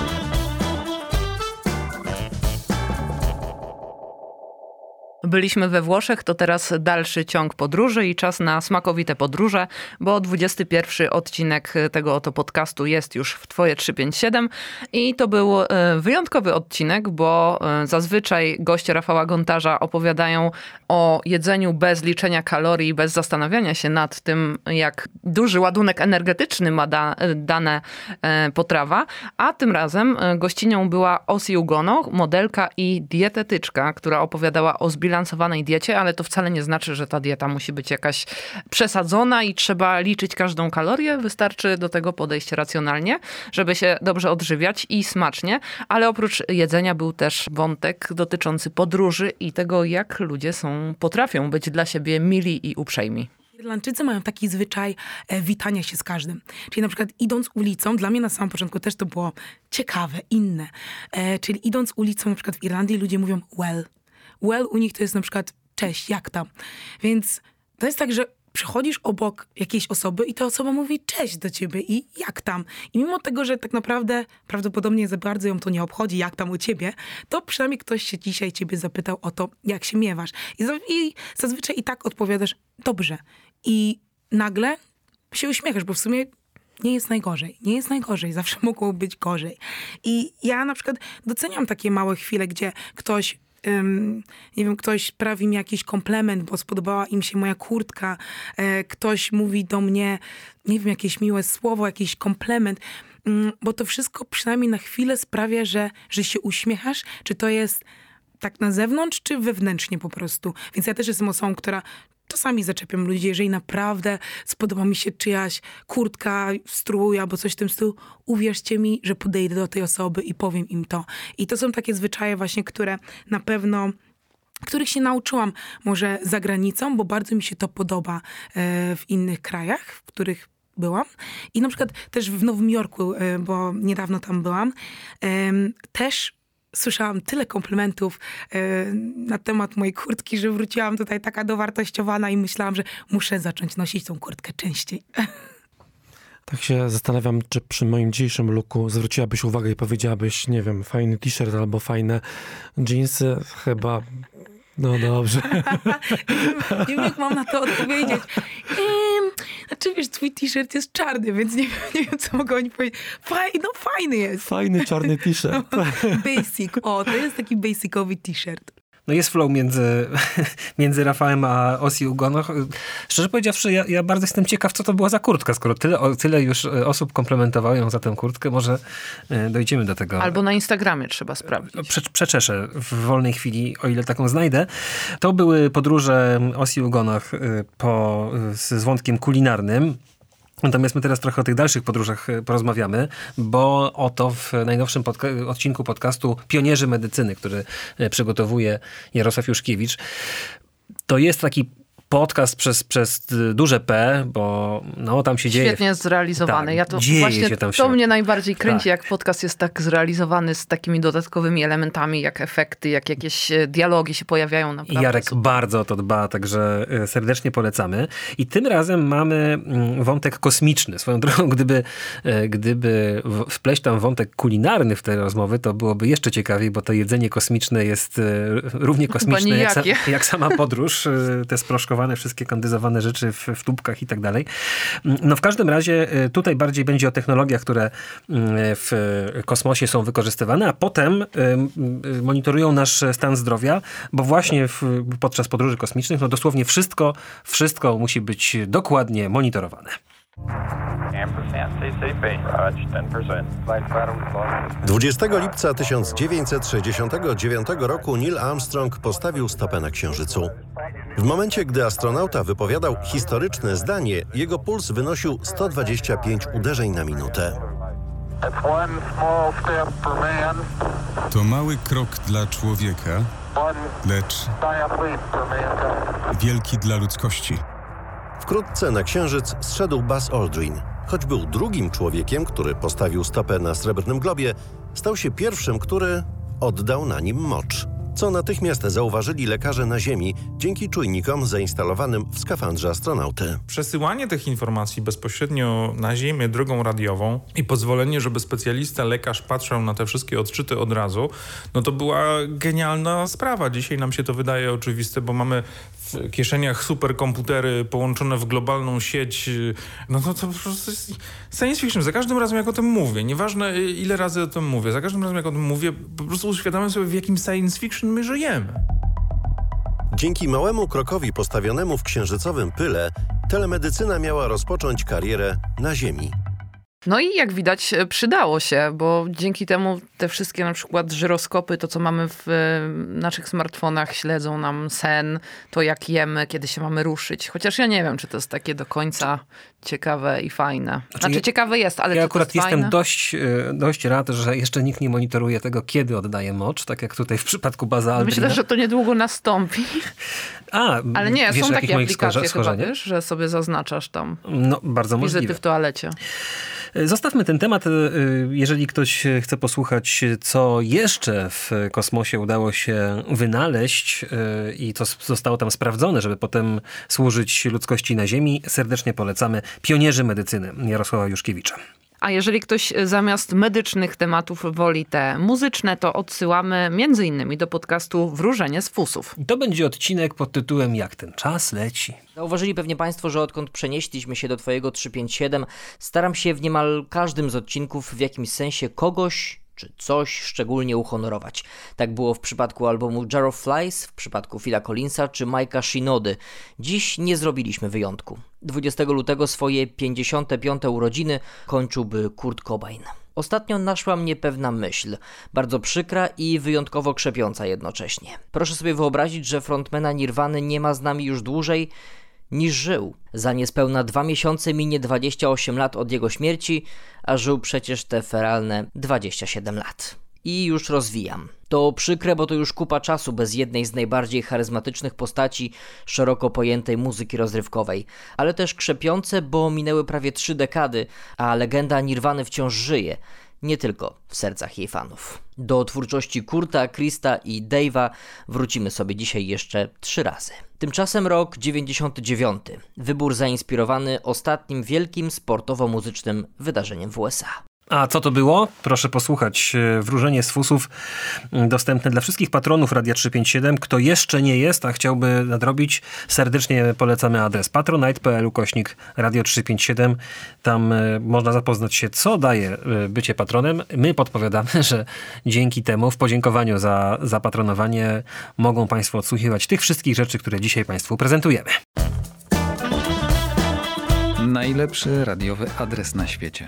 Byliśmy we Włoszech, to teraz dalszy ciąg podróży i czas na smakowite podróże, bo dwudziesty pierwszy odcinek tego oto podcastu jest już w Twoje trzysta pięćdziesiąt siedem i to był wyjątkowy odcinek, bo zazwyczaj goście Rafała Gontarza opowiadają o jedzeniu bez liczenia kalorii, bez zastanawiania się nad tym, jak duży ładunek energetyczny ma da, dane potrawa, a tym razem gościnią była Osi Ugono, modelka i dietetyczka, która opowiadała o zbilansowanej diecie, ale to wcale nie znaczy, że ta dieta musi być jakaś przesadzona i trzeba liczyć każdą kalorię. Wystarczy do tego podejść racjonalnie, żeby się dobrze odżywiać i smacznie, ale oprócz jedzenia był też wątek dotyczący podróży i tego, jak ludzie są, potrafią być dla siebie mili i uprzejmi. Irlandczycy mają taki zwyczaj e, witania się z każdym. Czyli na przykład idąc ulicą, dla mnie na samym początku też to było ciekawe, inne. E, czyli idąc ulicą na przykład w Irlandii ludzie mówią well. Well u nich to jest na przykład cześć, jak tam. Więc to jest tak, że przechodzisz obok jakiejś osoby i ta osoba mówi cześć do ciebie i jak tam. I mimo tego, że tak naprawdę prawdopodobnie za bardzo ją to nie obchodzi, jak tam u ciebie, to przynajmniej ktoś się dzisiaj ciebie zapytał o to, jak się miewasz. I, za, i zazwyczaj i tak odpowiadasz dobrze. I nagle się uśmiechasz, bo w sumie nie jest najgorzej. Nie jest najgorzej. Zawsze mogło być gorzej. I ja na przykład doceniam takie małe chwile, gdzie ktoś Um, nie wiem, ktoś sprawi mi jakiś komplement, bo spodobała im się moja kurtka, e, ktoś mówi do mnie, nie wiem, jakieś miłe słowo, jakiś komplement, um, bo to wszystko przynajmniej na chwilę sprawia, że, że się uśmiechasz, czy to jest tak na zewnątrz, czy wewnętrznie po prostu. Więc ja też jestem osobą, która czasami zaczepiam ludzi, jeżeli naprawdę spodoba mi się czyjaś kurtka, strój albo coś w tym stylu, uwierzcie mi, że podejdę do tej osoby i powiem im to. I to są takie zwyczaje właśnie, które na pewno, których się nauczyłam może za granicą, bo bardzo mi się to podoba w innych krajach, w których byłam. I na przykład też w Nowym Jorku, bo niedawno tam byłam, też słyszałam tyle komplementów yy, na temat mojej kurtki, że wróciłam tutaj taka dowartościowana i myślałam, że muszę zacząć nosić tą kurtkę częściej. Tak się zastanawiam, czy przy moim dzisiejszym looku zwróciłabyś uwagę i powiedziałabyś, nie wiem, fajny t-shirt albo fajne dżinsy. Chyba, no dobrze. nie wiem, jak mam na to odpowiedzieć. Ehm, znaczy, wiesz, twój t-shirt jest czarny, więc nie, nie wiem, co mogę o nim powiedzieć. Faj, no fajny jest. Fajny czarny t-shirt. No, basic. O, to jest taki basicowy t-shirt. No jest flow między, między Rafałem a Osi Ugono. Szczerze powiedziawszy, ja, ja bardzo jestem ciekaw, co to była za kurtka, skoro tyle, tyle już osób komplementowało ją za tę kurtkę. Może dojdziemy do tego. Albo na Instagramie trzeba sprawdzić. Prze, przeczeszę w wolnej chwili, o ile taką znajdę. To były podróże Osi Ugono po, z, z wątkiem kulinarnym. Natomiast my teraz trochę o tych dalszych podróżach porozmawiamy, bo oto w najnowszym podca- odcinku podcastu Pionierzy Medycyny, który przygotowuje Jarosław Juszkiewicz, to jest taki podcast przez, przez duże P, bo no tam się dzieje. Świetnie zrealizowany. Tak, ja to dzieje właśnie się tam to się. mnie najbardziej kręci, Tak. jak podcast jest tak zrealizowany z takimi dodatkowymi elementami, jak efekty, jak jakieś dialogi się pojawiają. Naprawdę Jarek super. bardzo o to dba, także serdecznie polecamy. I tym razem mamy wątek kosmiczny. Swoją drogą, gdyby, gdyby wpleść tam wątek kulinarny w te rozmowy, to byłoby jeszcze ciekawiej, bo to jedzenie kosmiczne jest równie kosmiczne jak, sa, jak sama podróż, te sproszkowane pakowane wszystkie kondyzowane rzeczy w, w tubkach i tak dalej. No w każdym razie tutaj bardziej będzie o technologiach, które w kosmosie są wykorzystywane, a potem monitorują nasz stan zdrowia, bo właśnie w, podczas podróży kosmicznych no dosłownie wszystko, wszystko musi być dokładnie monitorowane. dwudziestego lipca tysiąc dziewięćset sześćdziesiątego dziewiątego roku Neil Armstrong postawił stopę na Księżycu. W momencie, gdy astronauta wypowiadał historyczne zdanie, jego puls wynosił sto dwadzieścia pięć uderzeń na minutę. To mały krok dla człowieka, lecz wielki dla ludzkości. Wkrótce na Księżyc zszedł Buzz Aldrin. Choć był drugim człowiekiem, który postawił stopę na Srebrnym Globie, stał się pierwszym, który oddał na nim mocz. Co natychmiast zauważyli lekarze na Ziemi dzięki czujnikom zainstalowanym w skafandrze astronauty. Przesyłanie tych informacji bezpośrednio na Ziemię drogą radiową i pozwolenie, żeby specjalista, lekarz patrzył na te wszystkie odczyty od razu, no to była genialna sprawa. Dzisiaj nam się to wydaje oczywiste, bo mamy w kieszeniach superkomputery połączone w globalną sieć. No to, to po prostu jest science fiction. Za każdym razem jak o tym mówię, nieważne ile razy o tym mówię, za każdym razem jak o tym mówię, po prostu uświadamiam sobie, w jakim science fiction my żyjemy. Dzięki małemu krokowi postawionemu w księżycowym pyle, telemedycyna miała rozpocząć karierę na Ziemi. No i jak widać przydało się, bo dzięki temu te wszystkie na przykład żyroskopy, to co mamy w naszych smartfonach, śledzą nam sen, to jak jemy, kiedy się mamy ruszyć. Chociaż ja nie wiem, czy to jest takie do końca ciekawe i fajne. Znaczy ja, ciekawe jest, ale ja czy akurat to jest jestem fajne? dość, dość rad, że jeszcze nikt nie monitoruje tego, kiedy oddaje mocz, tak jak tutaj w przypadku Buzza Aldrina. Myślę, że to niedługo nastąpi. A, ale nie, wiesz, są takie aplikacje chyba, wiesz, że sobie zaznaczasz tam no, bardzo wizyty możliwe. w toalecie. Zostawmy ten temat. Jeżeli ktoś chce posłuchać, co jeszcze w kosmosie udało się wynaleźć i co zostało tam sprawdzone, żeby potem służyć ludzkości na Ziemi, serdecznie polecamy Pionierzy medycyny Jarosława Juszkiewicza. A jeżeli ktoś zamiast medycznych tematów woli te muzyczne, to odsyłamy między innymi do podcastu Wróżenie z fusów. To będzie odcinek pod tytułem Jak ten czas leci. Zauważyli pewnie Państwo, że odkąd przenieśliśmy się do Twojego trzysta pięćdziesiąt siedem, staram się w niemal każdym z odcinków w jakimś sensie kogoś czy coś szczególnie uhonorować. Tak było w przypadku albumu Jar of Flies, w przypadku Phila Collinsa czy Mike'a Shinody. Dziś nie zrobiliśmy wyjątku. dwudziestego lutego swoje pięćdziesiąte piąte urodziny kończyłby Kurt Cobain. Ostatnio naszła mnie pewna myśl, bardzo przykra i wyjątkowo krzepiąca jednocześnie. Proszę sobie wyobrazić, że frontmana Nirwany nie ma z nami już dłużej niż żył. Za niespełna dwa miesiące minie dwadzieścia osiem lat od jego śmierci, a żył przecież te feralne dwadzieścia siedem lat. I już rozwijam. To przykre, bo to już kupa czasu bez jednej z najbardziej charyzmatycznych postaci szeroko pojętej muzyki rozrywkowej. Ale też krzepiące, bo minęły prawie trzy dekady, a legenda Nirwany wciąż żyje. Nie tylko w sercach jej fanów. Do twórczości Kurta, Krista i Dave'a wrócimy sobie dzisiaj jeszcze trzy razy. Tymczasem rok dziewięćdziesiąty dziewiąty. Wybór zainspirowany ostatnim wielkim sportowo-muzycznym wydarzeniem w U S A. A co to było? Proszę posłuchać. Wróżenie z fusów dostępne dla wszystkich patronów Radia trzysta pięćdziesiąt siedem. Kto jeszcze nie jest, a chciałby nadrobić, serdecznie polecamy adres patronite kropka p l ukośnik Radio trzysta pięćdziesiąt siedem. Tam można zapoznać się, co daje bycie patronem. My podpowiadamy, że dzięki temu, w podziękowaniu za, za patronowanie, mogą Państwo odsłuchiwać tych wszystkich rzeczy, które dzisiaj Państwu prezentujemy. Najlepszy radiowy adres na świecie.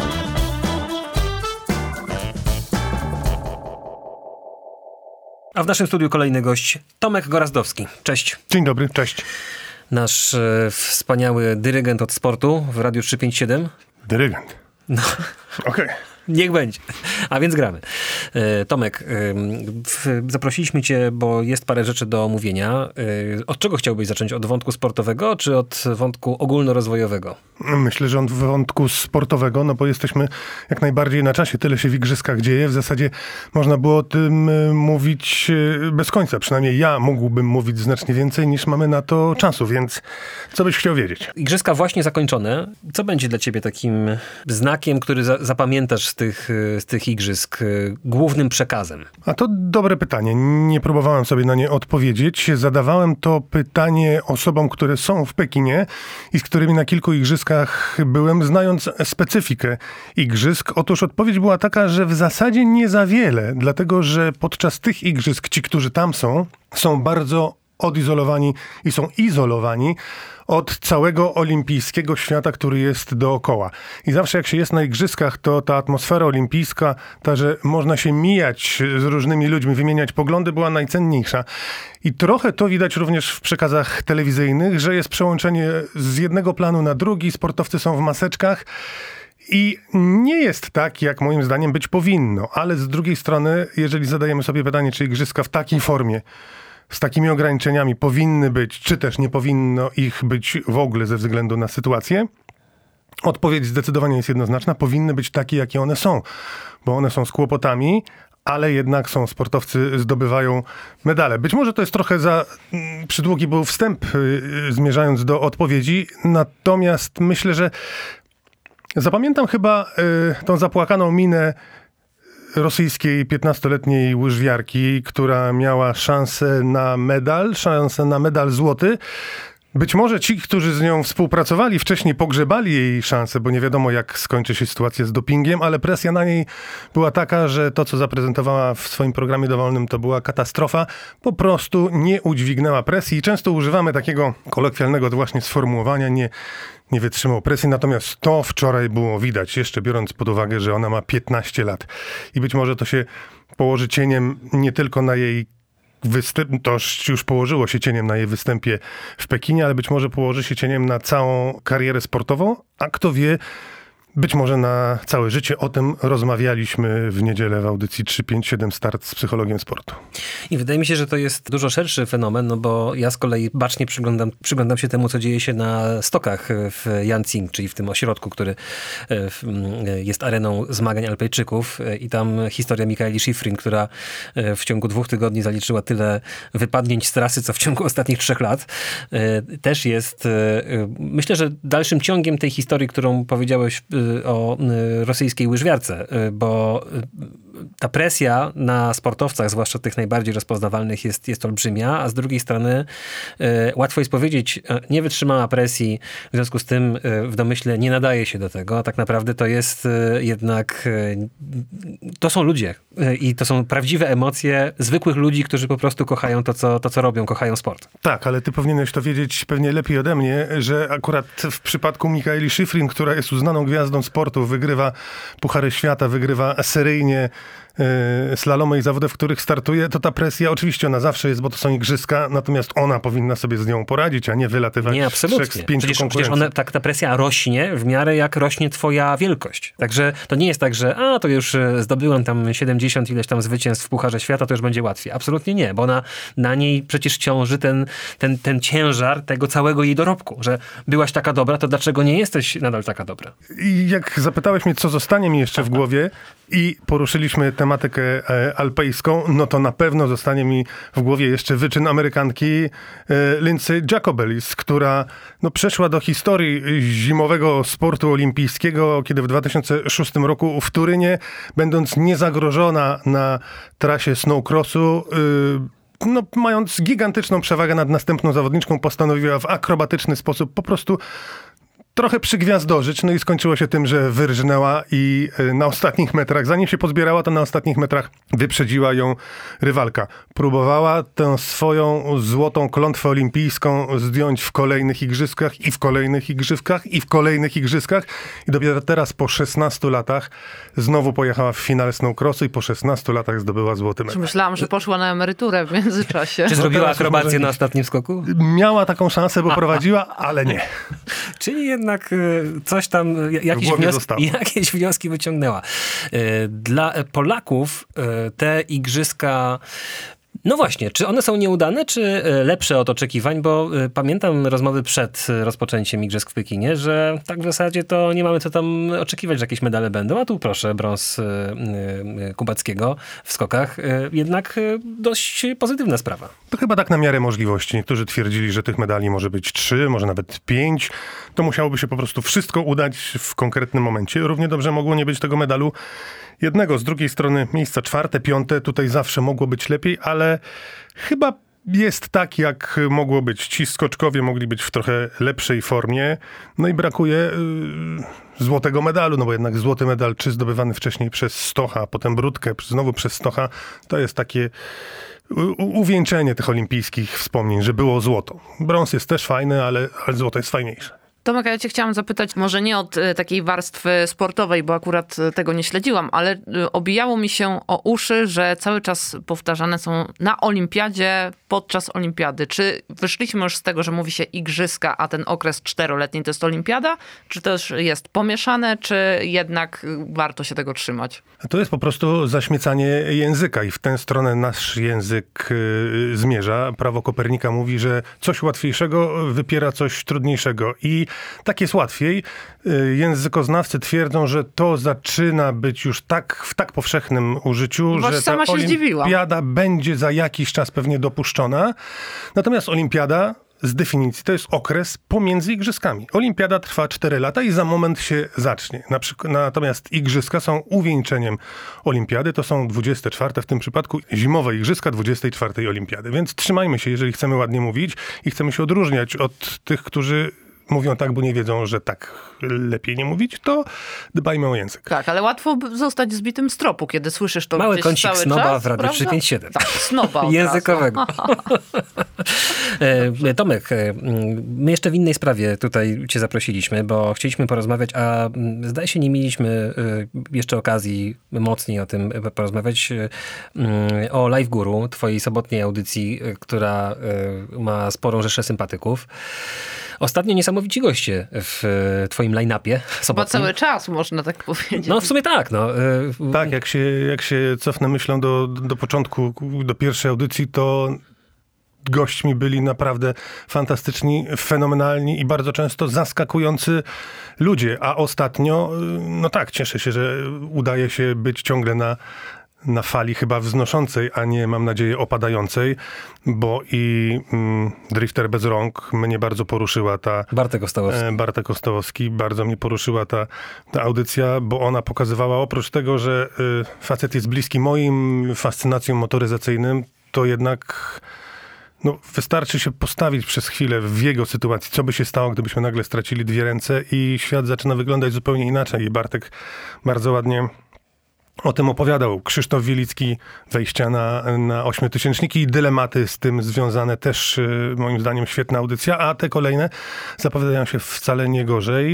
A w naszym studiu kolejny gość, Tomek Gorazdowski. Cześć. Dzień dobry, cześć. Nasz e, wspaniały dyrygent od sportu w Radiu trzysta pięćdziesiąt siedem. Dyrygent? No. Okej. Okay. Niech będzie. A więc gramy. E, Tomek, e, w, zaprosiliśmy cię, bo jest parę rzeczy do omówienia. E, od czego chciałbyś zacząć? Od wątku sportowego, czy od wątku ogólnorozwojowego? Myślę, że od wątku sportowego, no bo jesteśmy jak najbardziej na czasie. Tyle się w igrzyskach dzieje. W zasadzie można było o tym mówić bez końca. Przynajmniej ja mógłbym mówić znacznie więcej, niż mamy na to czasu, więc co byś chciał wiedzieć? Igrzyska właśnie zakończone. Co będzie dla ciebie takim znakiem, który za, zapamiętasz z tych, z tych igrzysk głównym przekazem? A to dobre pytanie. Nie próbowałem sobie na nie odpowiedzieć. Zadawałem to pytanie osobom, które są w Pekinie i z którymi na kilku igrzyskach byłem, znając specyfikę igrzysk. Otóż odpowiedź była taka, że w zasadzie nie za wiele, dlatego że podczas tych igrzysk ci, którzy tam są, są bardzo odizolowani i są izolowani od całego olimpijskiego świata, który jest dookoła. I zawsze jak się jest na igrzyskach, to ta atmosfera olimpijska, ta, że można się mijać z różnymi ludźmi, wymieniać poglądy, była najcenniejsza. I trochę to widać również w przekazach telewizyjnych, że jest przełączenie z jednego planu na drugi, sportowcy są w maseczkach. I nie jest tak, jak moim zdaniem być powinno, ale z drugiej strony, jeżeli zadajemy sobie pytanie, czy igrzyska w takiej formie, z takimi ograniczeniami powinny być, czy też nie powinno ich być w ogóle ze względu na sytuację, odpowiedź zdecydowanie jest jednoznaczna, powinny być takie, jakie one są, bo one są z kłopotami, ale jednak są, sportowcy zdobywają medale. Być może to jest trochę za przydługi był wstęp, yy, zmierzając do odpowiedzi, natomiast myślę, że zapamiętam chyba y, tą zapłakaną minę rosyjskiej piętnastoletniej łyżwiarki, która miała szansę na medal, szansę na medal złoty. Być może ci, którzy z nią współpracowali wcześniej, pogrzebali jej szansę, bo nie wiadomo, jak skończy się sytuacja z dopingiem, ale presja na niej była taka, że to, co zaprezentowała w swoim programie dowolnym, to była katastrofa. Po prostu nie udźwignęła presji i często używamy takiego kolokwialnego właśnie sformułowania, nie, nie wytrzymał presji. Natomiast to wczoraj było widać, jeszcze biorąc pod uwagę, że ona ma piętnaście lat. I być może to się położy cieniem nie tylko na jej Występ, to już położyło się cieniem na jej występie w Pekinie, ale być może położy się cieniem na całą karierę sportową, a kto wie, być może na całe życie. O tym rozmawialiśmy w niedzielę w audycji trzysta pięćdziesiąt siedem Start z psychologiem sportu. I wydaje mi się, że to jest dużo szerszy fenomen, no bo ja z kolei bacznie przyglądam, przyglądam się temu, co dzieje się na stokach w Yanqing, czyli w tym ośrodku, który jest areną zmagań Alpejczyków, i tam historia Mikaeli Schifrin, która w ciągu dwóch tygodni zaliczyła tyle wypadnięć z trasy, co w ciągu ostatnich trzech lat, też jest, myślę, że dalszym ciągiem tej historii, którą powiedziałeś o rosyjskiej łyżwiarce, bo ta presja na sportowcach, zwłaszcza tych najbardziej rozpoznawalnych, jest, jest olbrzymia, a z drugiej strony e, łatwo jest powiedzieć, nie wytrzymała presji, w związku z tym e, w domyśle nie nadaje się do tego, a tak naprawdę to jest e, jednak e, to są ludzie e, i to są prawdziwe emocje zwykłych ludzi, którzy po prostu kochają to co, to, co robią, kochają sport. Tak, ale ty powinieneś to wiedzieć pewnie lepiej ode mnie, że akurat w przypadku Mikaeli Schifrin, która jest uznaną gwiazdą sportu, wygrywa Puchary Świata, wygrywa seryjnie slalomy i zawody, w których startuje, to ta presja oczywiście ona zawsze jest, bo to są igrzyska, natomiast ona powinna sobie z nią poradzić, a nie wylatywać nie, absolutnie. z trzech z pięciu Przecież, konkurencji. przecież ona, tak, ta presja rośnie w miarę jak rośnie twoja wielkość. Także to nie jest tak, że a, to już zdobyłem tam siedemdziesiąt ileś tam zwycięstw w Pucharze Świata, to już będzie łatwiej. Absolutnie nie, bo ona, na niej przecież ciąży ten, ten, ten ciężar tego całego jej dorobku, że byłaś taka dobra, to dlaczego nie jesteś nadal taka dobra? I jak zapytałeś mnie, co zostanie mi jeszcze w głowie i poruszyliśmy tematykę alpejską, no to na pewno zostanie mi w głowie jeszcze wyczyn Amerykanki Lindsey Jacobellis, która no, przeszła do historii zimowego sportu olimpijskiego, kiedy w dwa tysiące szóstym roku w Turynie, będąc niezagrożona na trasie snowcrossu, yy, no, mając gigantyczną przewagę nad następną zawodniczką, postanowiła w akrobatyczny sposób po prostu trochę przygwiazdożyć, no i skończyło się tym, że wyrżnęła i na ostatnich metrach, zanim się pozbierała, to na ostatnich metrach wyprzedziła ją rywalka. Próbowała tę swoją złotą klątwę olimpijską zdjąć w kolejnych igrzyskach i w kolejnych igrzyskach i w kolejnych igrzyskach i dopiero teraz po szesnastu latach znowu pojechała w finale snowcrossu i po szesnastu latach zdobyła złoty medal. Myślałam, że poszła na emeryturę w międzyczasie. Czy zrobiła akrobację na ostatnim skoku? Miała taką szansę, bo prowadziła, ale nie. Czyli jednak coś tam, jakieś wnioski, jakieś wnioski wyciągnęła. Dla Polaków te igrzyska No właśnie, czy one są nieudane, czy lepsze od oczekiwań? Bo pamiętam rozmowy przed rozpoczęciem Igrzysk w Pekinie, że tak w zasadzie to nie mamy co tam oczekiwać, że jakieś medale będą. A tu proszę, brąz Kubackiego w skokach. Jednak dość pozytywna sprawa. To chyba tak na miarę możliwości. Niektórzy twierdzili, że tych medali może być trzy, może nawet pięć. To musiałoby się po prostu wszystko udać w konkretnym momencie. Równie dobrze mogło nie być tego medalu jednego. Z drugiej strony miejsca czwarte, piąte, tutaj zawsze mogło być lepiej, ale chyba jest tak, jak mogło być. Ci skoczkowie mogli być w trochę lepszej formie. No i brakuje yy, złotego medalu, no bo jednak złoty medal, czy zdobywany wcześniej przez Stocha, potem Brudkę, znowu przez Stocha, to jest takie u- uwieńczenie tych olimpijskich wspomnień, że było złoto. Brąz jest też fajny, ale, ale złoto jest fajniejsze. Tomek, ja cię chciałam zapytać, może nie od e, takiej warstwy sportowej, bo akurat e, tego nie śledziłam, ale e, obijało mi się o uszy, że cały czas powtarzane są na olimpiadzie, podczas olimpiady. Czy wyszliśmy już z tego, że mówi się igrzyska, a ten okres czteroletni to jest olimpiada? Czy też jest pomieszane, czy jednak warto się tego trzymać? To jest po prostu zaśmiecanie języka i w tę stronę nasz język y, zmierza. Prawo Kopernika mówi, że coś łatwiejszego wypiera coś trudniejszego i tak jest łatwiej. Y, językoznawcy twierdzą, że to zaczyna być już tak w tak powszechnym użyciu, Właśnie że ta sama się olimpiada zdziwiłam. będzie za jakiś czas pewnie dopuszczona. Natomiast olimpiada z definicji to jest okres pomiędzy igrzyskami. Olimpiada trwa cztery lata i za moment się zacznie. Na przykład, natomiast igrzyska są uwieńczeniem olimpiady. To są dwudzieste czwarte, w tym przypadku zimowe igrzyska dwudziestej czwartej olimpiady. Więc trzymajmy się, jeżeli chcemy ładnie mówić i chcemy się odróżniać od tych, którzy mówią tak, bo nie wiedzą, że tak lepiej nie mówić, to dbajmy o język. Tak, ale łatwo zostać zbitym z tropu, kiedy słyszysz to Mały gdzieś kącik cały snoba czas, w Radiu prawda? trzysta pięćdziesiąt siedem. Tak, snoba od Językowego. e, Tomek, my jeszcze w innej sprawie tutaj cię zaprosiliśmy, bo chcieliśmy porozmawiać, a zdaje się nie mieliśmy jeszcze okazji mocniej o tym porozmawiać, o Live Guru, twojej sobotniej audycji, która ma sporą rzeszę sympatyków. Ostatnio niesamowici goście w twoim line-upie sobotnim. Bo cały czas, można tak powiedzieć. No w sumie tak. No. Tak, jak się, jak się cofnę myślą do, do początku, do pierwszej audycji, to gośćmi byli naprawdę fantastyczni, fenomenalni i bardzo często zaskakujący ludzie. A ostatnio, no tak, cieszę się, że udaje się być ciągle na na fali chyba wznoszącej, a nie, mam nadzieję, opadającej, bo i mm, Drifter bez rąk mnie bardzo poruszyła ta... Bartek Ostałowski. E, Bartek Ostałowski, bardzo mnie poruszyła ta, ta audycja, bo ona pokazywała, oprócz tego, że y, facet jest bliski moim fascynacjom motoryzacyjnym, to jednak... No, wystarczy się postawić przez chwilę w jego sytuacji, co by się stało, gdybyśmy nagle stracili dwie ręce i świat zaczyna wyglądać zupełnie inaczej. I Bartek bardzo ładnie o tym opowiadał. Krzysztof Wielicki, wejścia na, na ośmiotysięczniki i dylematy z tym związane, też moim zdaniem świetna audycja, a te kolejne zapowiadają się wcale nie gorzej.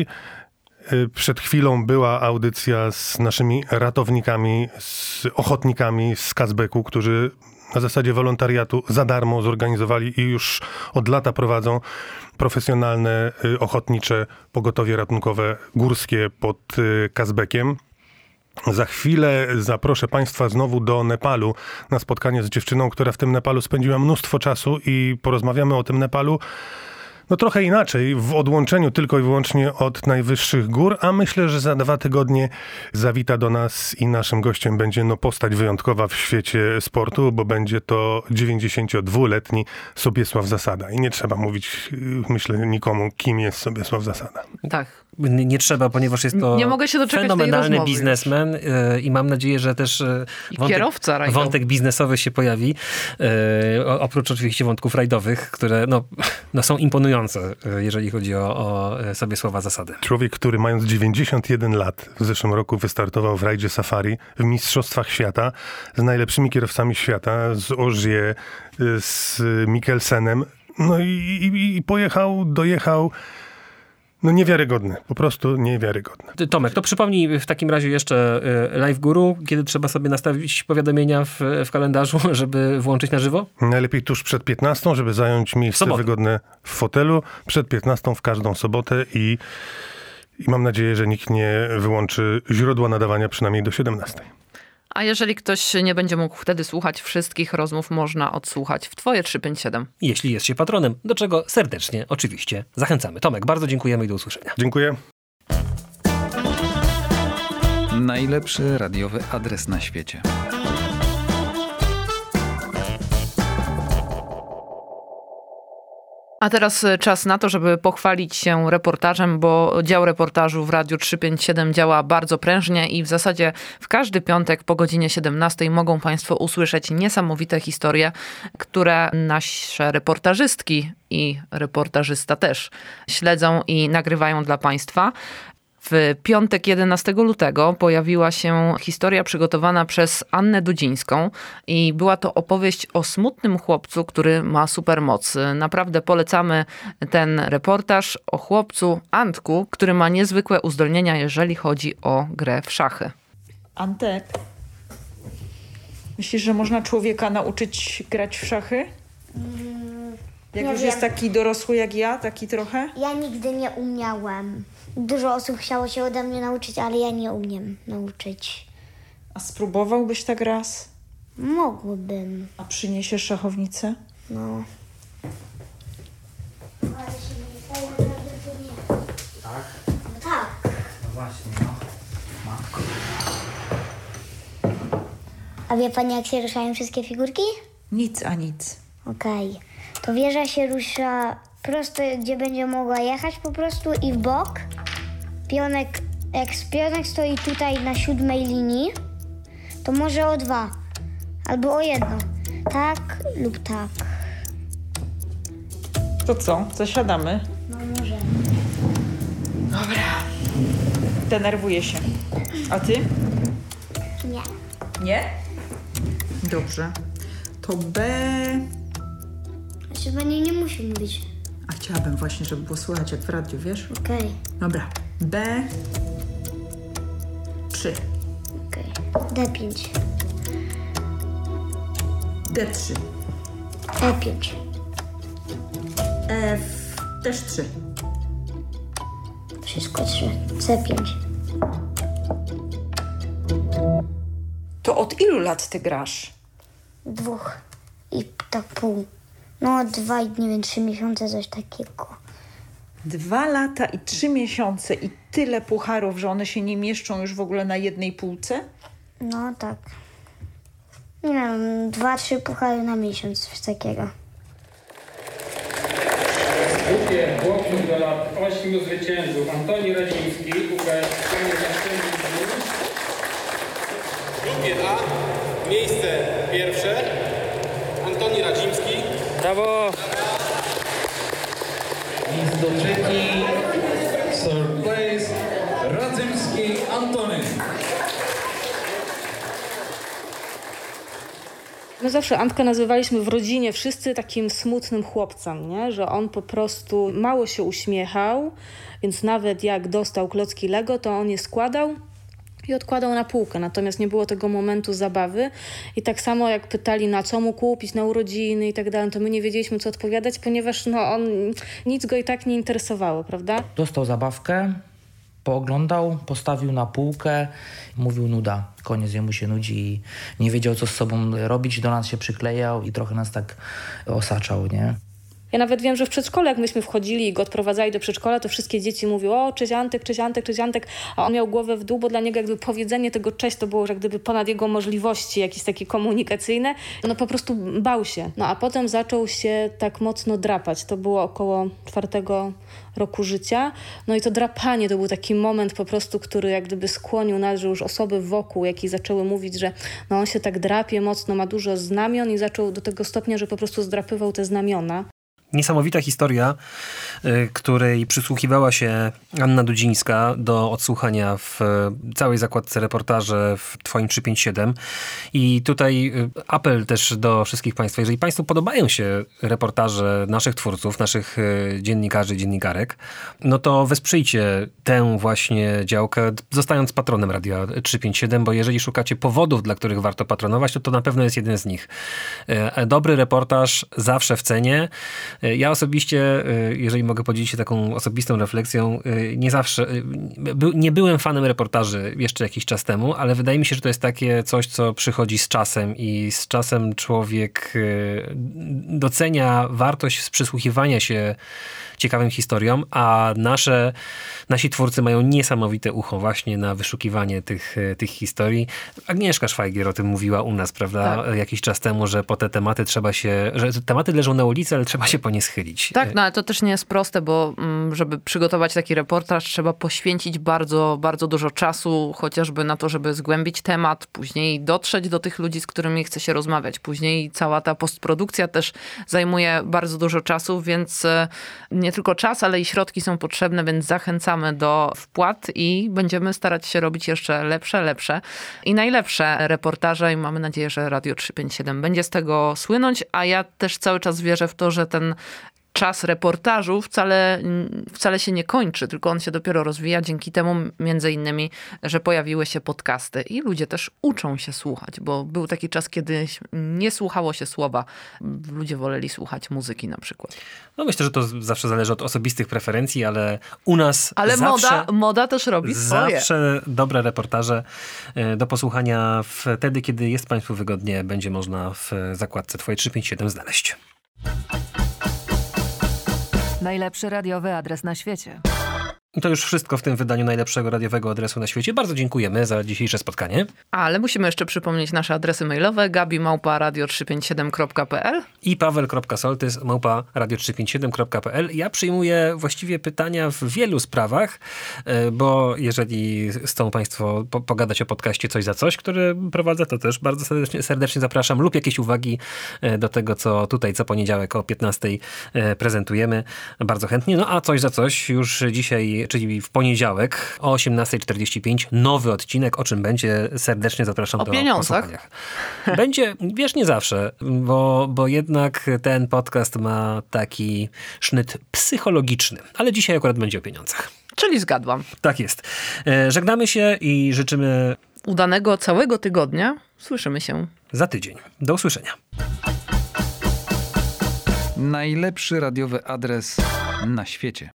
Przed chwilą była audycja z naszymi ratownikami, z ochotnikami z Kazbeku, którzy na zasadzie wolontariatu za darmo zorganizowali i już od lata prowadzą profesjonalne, ochotnicze pogotowie ratunkowe górskie pod Kazbekiem. Za chwilę zaproszę Państwa znowu do Nepalu na spotkanie z dziewczyną, która w tym Nepalu spędziła mnóstwo czasu i porozmawiamy o tym Nepalu no trochę inaczej, w odłączeniu tylko i wyłącznie od najwyższych gór, a myślę, że za dwa tygodnie zawita do nas i naszym gościem będzie no postać wyjątkowa w świecie sportu, bo będzie to dziewięćdziesięciodwuletni Sobiesław Zasada. I nie trzeba mówić, myślę, nikomu, kim jest Sobiesław Zasada. Tak. Nie, nie trzeba, ponieważ jest to nie mogę się doczekać fenomenalny tej biznesmen y, i mam nadzieję, że też y, wątek, kierowca rajdowy. wątek biznesowy się pojawi. Y, oprócz oczywiście wątków rajdowych, które no, no są imponujące, y, jeżeli chodzi o, o Sobiesława Zasadę. Człowiek, który mając dziewięćdziesiąt jeden lat w zeszłym roku wystartował w rajdzie Safari w Mistrzostwach Świata z najlepszymi kierowcami świata, z Ogier, z Mikkelsenem. No i, i, i pojechał, dojechał. No niewiarygodne, po prostu niewiarygodne. Tomek, to przypomnij w takim razie jeszcze Live Guru, kiedy trzeba sobie nastawić powiadomienia w, w kalendarzu, żeby włączyć na żywo? Najlepiej tuż przed piętnastą, żeby zająć miejsce Sobotę. wygodne w fotelu. Przed piętnastą w każdą sobotę i, i mam nadzieję, że nikt nie wyłączy źródła nadawania przynajmniej do siedemnastej. A jeżeli ktoś nie będzie mógł wtedy słuchać wszystkich rozmów, można odsłuchać w Twoje trzysta pięćdziesiąt siedem. Jeśli jest się patronem, do czego serdecznie oczywiście zachęcamy. Tomek, bardzo dziękujemy i do usłyszenia. Dziękuję. Najlepszy radiowy adres na świecie. A teraz czas na to, żeby pochwalić się reportażem, bo dział reportażu w Radiu trzysta pięćdziesiąt siedem działa bardzo prężnie i w zasadzie w każdy piątek po godzinie siedemnastej mogą Państwo usłyszeć niesamowite historie, które nasze reportażystki i reportażysta też śledzą i nagrywają dla Państwa. W piątek jedenastego lutego pojawiła się historia przygotowana przez Annę Dudzińską i była to opowieść o smutnym chłopcu, który ma supermoc. Naprawdę polecamy ten reportaż o chłopcu Antku, który ma niezwykłe uzdolnienia, jeżeli chodzi o grę w szachy. Antek, myślisz, że można człowieka nauczyć grać w szachy? Mm, Jak nie już wiem. jest taki dorosły jak ja, taki trochę? Ja nigdy nie umiałem. Dużo osób chciało się ode mnie nauczyć, ale ja nie umiem nauczyć. A spróbowałbyś tak raz? Mogłbym. A przyniesiesz szachownicę? No. Tak? No tak. No właśnie, no. Matko. A wie pani, jak się ruszają wszystkie figurki? Nic a nic. Okej. To wieża się rusza prosto, gdzie będzie mogła jechać po prostu i w bok. Pionek, jak pionek stoi tutaj na siódmej linii, to może o dwa albo o jedno. Tak lub tak. To co? Zasiadamy? No może. Dobra. Denerwuję się. A ty? Nie. Nie? Dobrze. To B... Znaczy pani nie musi mówić. A chciałabym właśnie, żeby było słychać jak w radiu, wiesz? Okej. Dobra. B... trzy. Okej. D pięć. D trzy. E pięć. F... też trzy. Wszystko trzy. C pięć. To od ilu lat ty grasz? Dwóch. I tak pół. No dwa i nie wiem, trzy miesiące, coś takiego. Dwa lata i trzy miesiące i tyle pucharów, że one się nie mieszczą już w ogóle na jednej półce? No tak. Nie wiem, dwa, trzy puchary na miesiąc, coś takiego. W grupie chłopców do lat ośmiu zwycięzców Antoni Radziński, U K S W grupie A miejsce pierwsze Antoni Radziński. Brawo! Miejsce do trzeci third place Radziński Antoni. My zawsze Antka nazywaliśmy w rodzinie wszyscy takim smutnym chłopcem, nie? Że on po prostu mało się uśmiechał, więc nawet jak dostał klocki Lego, to on je składał i odkładał na półkę. Natomiast nie było tego momentu zabawy. I tak samo jak pytali, na co mu kupić, na urodziny i tak dalej, to my nie wiedzieliśmy, co odpowiadać, ponieważ no, on, nic go i tak nie interesowało, prawda? Dostał zabawkę, pooglądał, postawił na półkę, mówił nuda. Koniec, jemu się nudzi i nie wiedział, co z sobą robić. Do nas się przyklejał i trochę nas tak osaczał, nie? Ja nawet wiem, że w przedszkole, jak myśmy wchodzili i go odprowadzali do przedszkola, to wszystkie dzieci mówiły: o, cześć Antek, cześć Antek, cześć Antek, a on miał głowę w dół, bo dla niego jakby powiedzenie tego cześć to było jak gdyby ponad jego możliwości jakieś takie komunikacyjne. No po prostu bał się. No a potem zaczął się tak mocno drapać. To było około czwartego roku życia. No i to drapanie to był taki moment po prostu, który jak gdyby skłonił nas, że już osoby wokół, jakie zaczęły mówić, że no on się tak drapie mocno, ma dużo znamion i zaczął do tego stopnia, że po prostu zdrapywał te znamiona. Niesamowita historia, y, której przysłuchiwała się Anna Dudzińska do odsłuchania w całej zakładce reportaże w Twoim trzysta pięćdziesiąt siedem. I tutaj y, apel też do wszystkich Państwa. Jeżeli Państwu podobają się reportaże naszych twórców, naszych y, dziennikarzy, dziennikarek, no to wesprzyjcie tę właśnie działkę, zostając patronem Radia trzysta pięćdziesiąt siedem, bo jeżeli szukacie powodów, dla których warto patronować, to to na pewno jest jeden z nich. Y, dobry reportaż zawsze w cenie. Ja osobiście, jeżeli mogę podzielić się taką osobistą refleksją, nie zawsze, nie byłem fanem reportaży jeszcze jakiś czas temu, ale wydaje mi się, że to jest takie coś, co przychodzi z czasem i z czasem człowiek docenia wartość przysłuchiwania się ciekawym historiom, a nasze, nasi twórcy mają niesamowite ucho właśnie na wyszukiwanie tych, tych historii. Agnieszka Szwajgier o tym mówiła u nas, prawda, tak. jakiś czas temu, że po te tematy trzeba się, że tematy leżą na ulicy, ale trzeba się po nie schylić. Tak, no ale to też nie jest proste, bo żeby przygotować taki reportaż, trzeba poświęcić bardzo, bardzo dużo czasu, chociażby na to, żeby zgłębić temat, później dotrzeć do tych ludzi, z którymi chce się rozmawiać. Później cała ta postprodukcja też zajmuje bardzo dużo czasu, więc nie tylko czas, ale i środki są potrzebne, więc zachęcamy do wpłat i będziemy starać się robić jeszcze lepsze, lepsze i najlepsze reportaże i mamy nadzieję, że Radio trzysta pięćdziesiąt siedem będzie z tego słynąć, a ja też cały czas wierzę w to, że ten czas reportażu wcale, wcale się nie kończy, tylko on się dopiero rozwija dzięki temu między innymi, że pojawiły się podcasty i ludzie też uczą się słuchać, bo był taki czas, kiedy nie słuchało się słowa. Ludzie woleli słuchać muzyki na przykład. No myślę, że to zawsze zależy od osobistych preferencji, ale u nas Ale zawsze, moda, moda też robi swoje. Zawsze dobre reportaże do posłuchania wtedy, kiedy jest Państwu wygodnie, będzie można w zakładce Twoje trzysta pięćdziesiąt siedem znaleźć. Najlepszy radiowy adres na świecie. I to już wszystko w tym wydaniu najlepszego radiowego adresu na świecie. Bardzo dziękujemy za dzisiejsze spotkanie. Ale musimy jeszcze przypomnieć nasze adresy mailowe gabi małpa radio trzysta pięćdziesiąt siedem kropka p l i paweł.soltys małpa radio trzysta pięćdziesiąt siedem kropka p l. Ja przyjmuję właściwie pytania w wielu sprawach, bo jeżeli chcą Państwo po- pogadać o podcaście Coś za Coś, który prowadzę, to też bardzo serdecznie, serdecznie zapraszam, lub jakieś uwagi do tego, co tutaj co poniedziałek o piętnastej prezentujemy. Bardzo chętnie. No a Coś za Coś już dzisiaj, czyli w poniedziałek o osiemnasta czterdzieści pięć nowy odcinek. O czym będzie? Serdecznie zapraszam o do pieniądzach. posłuchania. Będzie, wiesz, nie zawsze, bo, bo jednak ten podcast ma taki sznyt psychologiczny, ale dzisiaj akurat będzie o pieniądzach. Czyli zgadłam. Tak jest. E, żegnamy się i życzymy udanego całego tygodnia. Słyszymy się za tydzień. Do usłyszenia. Najlepszy radiowy adres na świecie.